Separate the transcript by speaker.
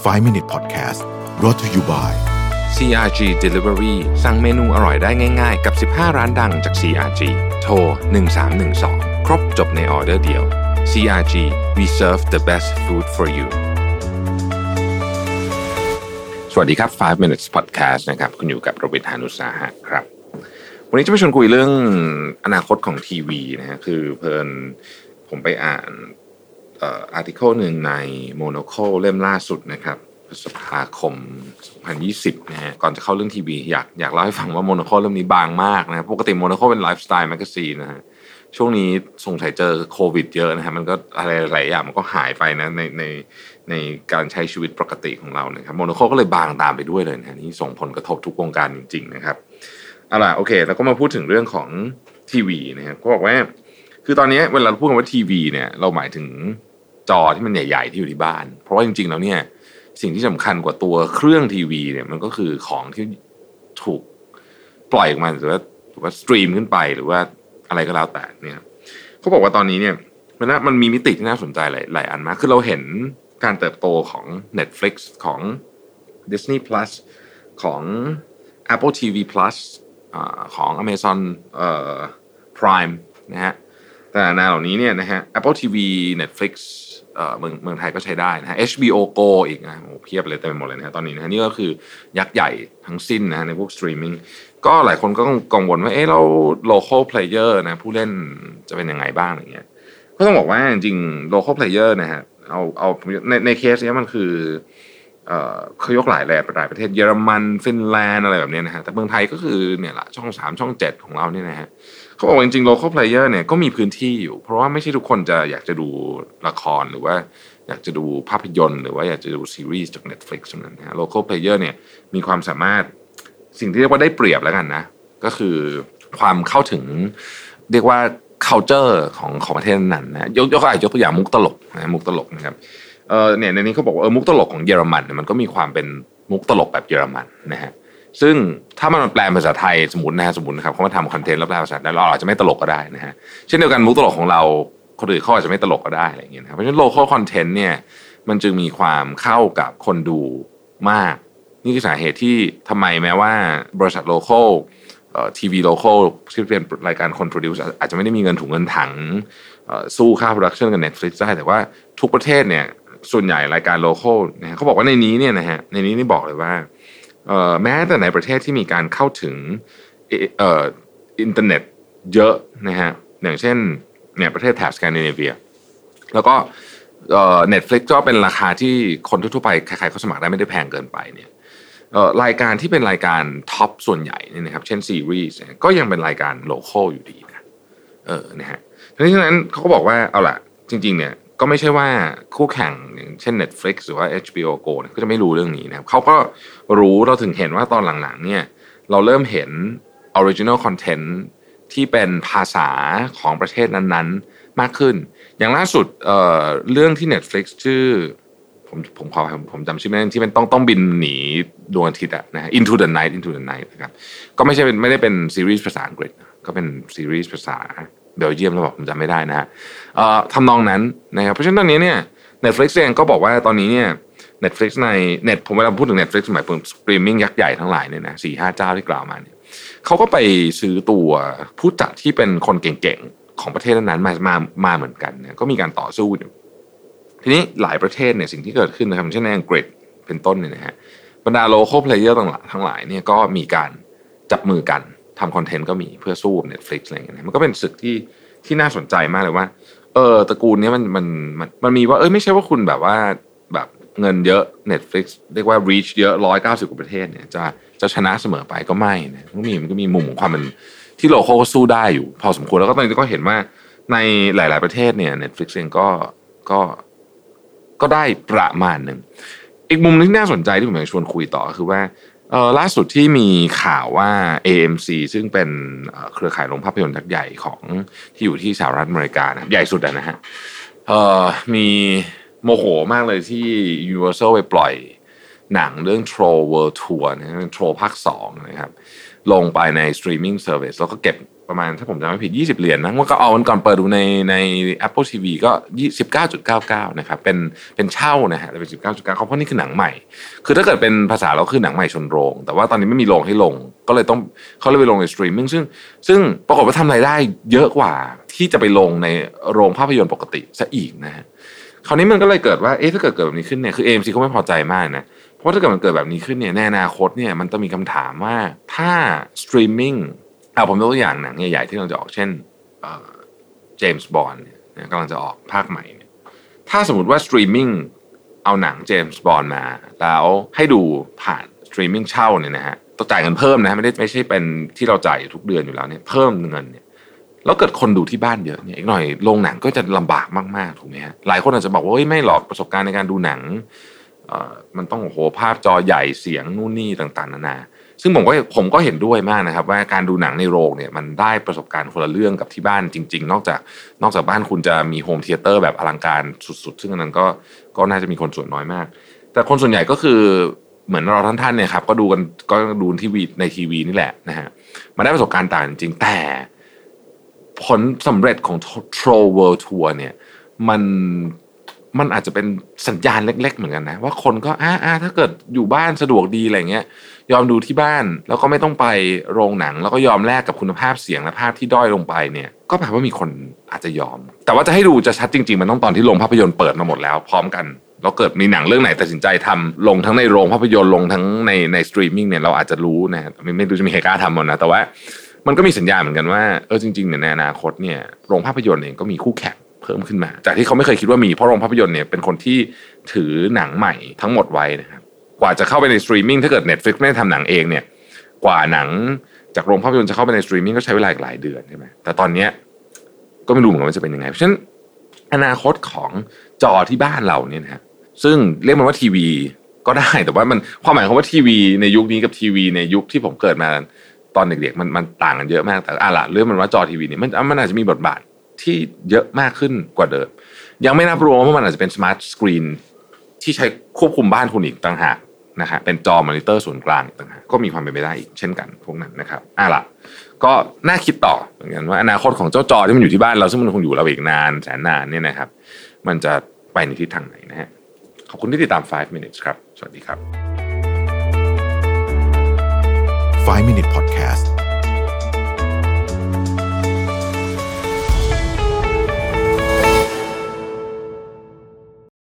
Speaker 1: 5 Minute Podcast brought to you by
Speaker 2: CRG Delivery สั่งเมนูอร่อยได้ง่ายๆกับ15ร้านดังจาก CRG โทร1312ครบจบในออเดอร์เดียว CRG we serve the best food for you สวัสดีครับ5 Minutes Podcast นะครับคุณอยู่กับโรเบิร์ต หาญอุตสาหะครับวันนี้จะมาชวนคุยเรื่องอนาคตของทีวีนะฮะคือเพิ่นผมไปอ่านอาร์ติเคิลหนึ่งใน Monocle เล่มล่าสุดนะครับพฤษภาคม2020นะฮะก่อนจะเข้าเรื่องทีวีอยากเล่าให้ฟังว่า Monocle เล่มนี้บางมากนะปกติ Monocle เป็นไลฟ์สไตล์แมกกาซีนนะฮะช่วงนี้สงสัยเจอโควิดเยอะนะฮะมันก็อะไรหลายอย่างมันก็หายไปนะในการใช้ชีวิตปกติของเรานะครับ Monocle ก็เลยบางตามไปด้วยเลยนะนี่ส่งผลกระทบทุกวงการจริงๆนะครับเอาล่ะโอเคแล้วก็มาพูดถึงเรื่องของทีวีนะครับเขาบอกว่าคือตอนนี้เวลาเราพูดคำว่าทีวีเนี่ยเราหมายถึงจอที่มันใหญ่ๆที่อยู่ที่บ้านเพราะว่าจริงๆแล้วเนี่ยสิ่งที่สำคัญกว่าตัวเครื่องทีวีเนี่ยมันก็คือของที่ถูกปล่อยออกมาหรือว่าสตรีมขึ้นไปหรือว่าอะไรก็แล้วแต่เนี่ยเขาบอกว่าตอนนี้เนี่ยมันมีมิติที่น่าสนใจหลายอันมากคือเราเห็นการเติบโตของ Netflix ของ Disney Plus ของ Apple TV Plus ของ Amazon Prime นะฮะแต่หน้าเหล่านี้เนี่ยนะฮะ Apple TV Netflix เมืองไทยก็ใช้ได้นะฮะ HBO Go อีกนะโอ้เพียบเลยเต็มไปหมดเลยนะฮะตอนนี้นะฮะนี่ก็คือยักษ์ใหญ่ทั้งสิ้นนะฮะในพวกสตรีมมิ่งก็หลายคนก็กังวลว่าเรา local player นะผู้เล่นจะเป็นยังไงบ้างอย่างเงี้ยก็ต้องบอกว่าจริงๆ local player นะฮะเอาในเคสนี้มันคือเขายกหลายประเทศเยอรมันฟินแลนด์อะไรแบบนี้นะฮะแต่เมืองไทยก็คือเนี่ยแหละช่อง3ช่อง7ของเราเนี่ยนะฮะเขาบอกว่าจริงๆ local player เนี่ยก็มีพื้นที่อยู่เพราะว่าไม่ใช่ทุกคนจะอยากจะดูละครหรือว่าอยากจะดูภาพยนตร์หรือว่าอยากจะดูซีรีส์จาก Netflix เท่านั้นนะฮะ local player เนี่ยมีความสามารถสิ่งที่เรียกว่าได้เปรียบแล้วกันนะก็คือความเข้าถึงเรียกว่า culture ของประเทศนั้นนะยกตัวอย่างมุกตลกนะครับเนี่ยในนี้เขาบอกว่ามุกตลกของเยอรมันมันก็มีความเป็นมุกตลกแบบเยอรมันนะฮะซึ่งถ้ามันแปลภาษาไทยสมมุตินะครับเขามาทำคอนเทนต์แล้วแปลภาษาได้เราอาจจะไม่ตลกก็ได้นะฮะเช่นเดียวกันมุกตลกของเราคนอื่นเขาอาจจะไม่ตลกก็ได้อะไรอย่างเงี้ยนะครับเพราะฉะนั้น local content เนี่ยมันจึงมีความเข้ากับคนดูมากนี่คือสาเหตุที่ทำไมแม้ว่าบริษัท local ทีวี local ที่เป็นรายการคน produce อาจจะไม่ได้มีเงินถุงเงินถังสู้ค่า production กับ Netflix ได้แต่ว่าทุกประเทศเนี่ยส่วนใหญ่รายการ local นะเขาบอกว่าในนี้เนี่ยนะฮะในนี้นี่บอกเลยว่าแม้แต่ในประเทศที่มีการเข้าถึงอินเทอร์เน็ตเยอะนะฮะอย่างเช่นเนี่ยประเทศแถบสแกนดิเนเวียแล้วก็Netflix ก็เป็นราคาที่คนทั่วไปใครๆเขาสมัครได้ไม่ได้แพงเกินไปเนี่ยรายการที่เป็นรายการท็อปส่วนใหญ่เนี่ยนะครับเช่นซีรีส์ก็ยังเป็นรายการโลคอลอยู่ดีนะนะฮะเพราะฉะนั้นเขาก็บอกว่าเอาล่ะจริงๆเนี่ยก็ไม่ใช่ว่าคู่แข่งอย่างเช่น Netflix หรือว่า HBO Go เนี่ยก็จะไม่รู้เรื่องนี้นะครับเขาก็รู้เราถึงเห็นว่าตอนหลังๆเนี่ยเราเริ่มเห็น original content ที่เป็นภาษาของประเทศนั้นๆมากขึ้นอย่างล่าสุดเรื่องที่ Netflix ชื่อผมจำชื่อไม่ได้ที่เป็นต้องบินหนีดวงอาทิตย์นะฮะ Into the Night นะครับก็ไม่ได้เป็นซีรีส์ภาษาอังกฤษก็เป็นซีรีส์ภาษาเบลเยียมแล้วบอกผมจำไม่ได้นะฮะทำนองนั้นนะครับเพราะฉะนั้นตอนนี้เนี่ย Netflix เองก็บอกว่าตอนนี้เนี่ย Netflix ในผมเวลาพูดถึง Netflix หมายถึงสตรีมมิ่งยักษ์ใหญ่ทั้งหลายเนี่ยนะ 4-5 เจ้าที่กล่าวมาเนี่ยเขาก็ไปซื้อตัวผู้จัดที่เป็นคนเก่งๆของประเทศนั้นมาเหมือนกันนะก็มีการต่อสู้อยู่ทีนี้หลายประเทศเนี่ยสิ่งที่เกิดขึ้นนะครับเช่นในอังกฤษเป็นต้นเนี่ยนะฮะบรรดา local player ทั้งหลายเนี่ยก็มีการจับมือกันทำคอนเทนต์ก็มีเพื่อสู้ Netflix อะไรอย่างเงี้ยมันก็เป็นศึกที่น่าสนใจมากเลยว่าตระกูลนี้มันมีว่าไม่ใช่ว่าคุณแบบว่าแบบเงินเยอะ Netflix เรียกว่า reach เยอะ190กว่าประเทศเนี่ยจะชนะเสมอไปก็ไม่นะมันก็มีมุมของความเป็นที่ local ก็สู้ได้อยู่พอสมควรแล้วก็ตอนนี้ก็เห็นว่าในหลายๆประเทศเนี่ย Netflix เองก็ได้ประมาณหนึ่งอีกมุมที่น่าสนใจที่ผมอยากชวนคุยต่อคือว่าล่าสุดที่มีข่าวว่า AMC ซึ่งเป็นเครือข่ายโรงภาพยนตร์ยักษ์ใหญ่ของที่อยู่ที่สหรัฐอเมริกานะใหญ่สุดนะฮะมีโมโหมากเลยที่ Universal ไปปล่อยหนังเรื่อง Troll World Tour นะ Troll ภาค 2นะครับลงไปใน streaming service แล้วก็เก็บประมาณถ้าผมจำไม่ผิด20เหรียญนะว่าก็เอาวันก่อนเปิดดูใน Apple TV ก็ 19.99 นะครับเป็นเช่านะฮะแต่เป็น 19.9 เพราะนี่คือหนังใหม่คือถ้าเกิดเป็นภาษาเราคือหนังใหม่ชนโรงแต่ว่าตอนนี้ไม่มีโรงให้ลงก็เลยต้องเขาเลยไปลงใน streaming ซึ่งปรากฏว่าทำรายได้เยอะกว่าที่จะไปลงในโรงภาพยนตร์ปกติซะอีกนะฮะคราวนี้มันก็เลยเกิดว่าถ้าเกิดแบบนี้ขึ้นเนี่ยคือ AMC เขาไม่พอใจมากนะเพราะถ้าเกิดมันเกิดแบบนี้ขึ้นเนี่ยในอนาคตเนี่ยมันต้องมีคำถามว่าถ้า streaming ผมยกตัวอย่างหนังใหญ่ๆที่เราจะออกเช่นเจมส์บอนด์เนี่ยกำลังจะออกภาคใหม่เนี่ยถ้าสมมติว่า streaming เอาหนังเจมส์บอนด์มาแล้วให้ดูผ่านสตรีมมิ่งเช่าเนี่ยนะฮะต้องจ่ายเงินเพิ่มนะไม่ใช่เป็นที่เราจ่ายทุกเดือนอยู่แล้วเนี่ยเพิ่มเงินเนี่ยแล้วเกิดคนดูที่บ้านเยอะเนี่ยอีกหน่อยโรงหนังก็จะลำบากมากๆถูกไหมฮะหลายคนอาจจะบอกว่าไม่หรอกประสบการณ์ในการดูหนังมันต้องภาพจอใหญ่เสียงนู่นนี่ต่างๆนานาซึ่งผมก็เห็นด้วยมากนะครับว่าการดูหนังในโรงเนี่ยมันได้ประสบการณ์คนละเรื่องกับที่บ้านจริงๆนอกจากบ้านคุณจะมีโฮมเธียเตอร์แบบอลังการสุดๆซึ่งอันนั้นก็น่าจะมีคนส่วนน้อยมากแต่คนส่วนใหญ่ก็คือเหมือนเราท่านๆเนี่ยครับก็ดูทีวีในทีวีนี่แหละนะฮะมาได้ประสบการณ์ต่างจริงๆแต่ผลสำเร็จของ Troll World Tour เนี่ยมันอาจจะเป็นสัญญาณเล็กๆเหมือนกันนะว่าคนก็ถ้าเกิดอยู่บ้านสะดวกดีอะไรเงี้ยยอมดูที่บ้านแล้วก็ไม่ต้องไปโรงหนังแล้วก็ยอมแลกกับคุณภาพเสียงและภาพที่ด้อยลงไปเนี่ยก็แปลว่ามีคนอาจจะยอมแต่ว่าจะให้ดูจะชัดจริงๆมันต้องตอนที่โรงภาพยนตร์เปิดมาหมดแล้วพร้อมกันแล้วเกิดมีหนังเรื่องไหนตัดสินใจทำลงทั้งในโรงภาพยนตร์ลงทั้งในสตรีมมิ่งเนี่ยเราอาจจะรู้นะไม่รู้จะมีใครกล้าทำมั้ยนะแต่ว่ามันก็มีสัญญาณเหมือนกันว่าจริงๆเนี่ยในอนาคตเนี่ยโรงภาพยนตร์เองก็มีคู่แข่งเพิ่มขึ้นมาจากที่เขาไม่เคยคิดว่ามีเพราะโรงภาพยนตร์เนี่ยเป็นคนที่ถือหนังใหม่ทั้งหมดไว้นะครับกว่าจะเข้าไปในสตรีมมิ่งถ้าเกิด Netflix ไม่ได้ทำหนังเองเนี่ยกว่าหนังจากโรงภาพยนตร์จะเข้าไปในสตรีมมิ่งก็ใช้เวลาอีกหลายเดือนใช่ไหมแต่ตอนนี้ก็ไม่รู้เหมือนกันว่าจะเป็นยังไงเพราะฉะนั้นอนาคตของจอที่บ้านเราเนี่ยนะฮะซึ่งเรียกมันว่าทีวีก็ได้แต่ว่ามันความหมายของว่าทีวีในยุคนี้กับทีวีในยุคที่ผมเกิดมาตอนเด็กๆมันต่างกันเยอะมากแต่เรื่องมันว่าจอทีวีเนี่ยมันอาจจะมีบทบาทที่เยอะมากขึ้นกว่าเดิมยังไม่นับรวมว่ามันอาจจะเป็นสมาร์ทสกรีนที่ใช้ควบคุมบ้านคุณอีกต่างหากนะฮะเป็นจอมอนิเตอร์ส่วนกลางต่างหากก็มีความเป็นไปได้อีกเช่นกันพวกนั้นนะครับก็น่าคิดต่อเหมือนกันว่าอนาคตของเจ้าจอที่มันอยู่ที่บ้านเราซึ่งมันคงอยู่เราอีกนานแสนนานเนี่ยนะครับมันจะไปในทิศทางไหนนะฮะขอบคุณที่ติดตาม5 minutes ครับสวัสดีครับ
Speaker 1: 5 Minute Podcast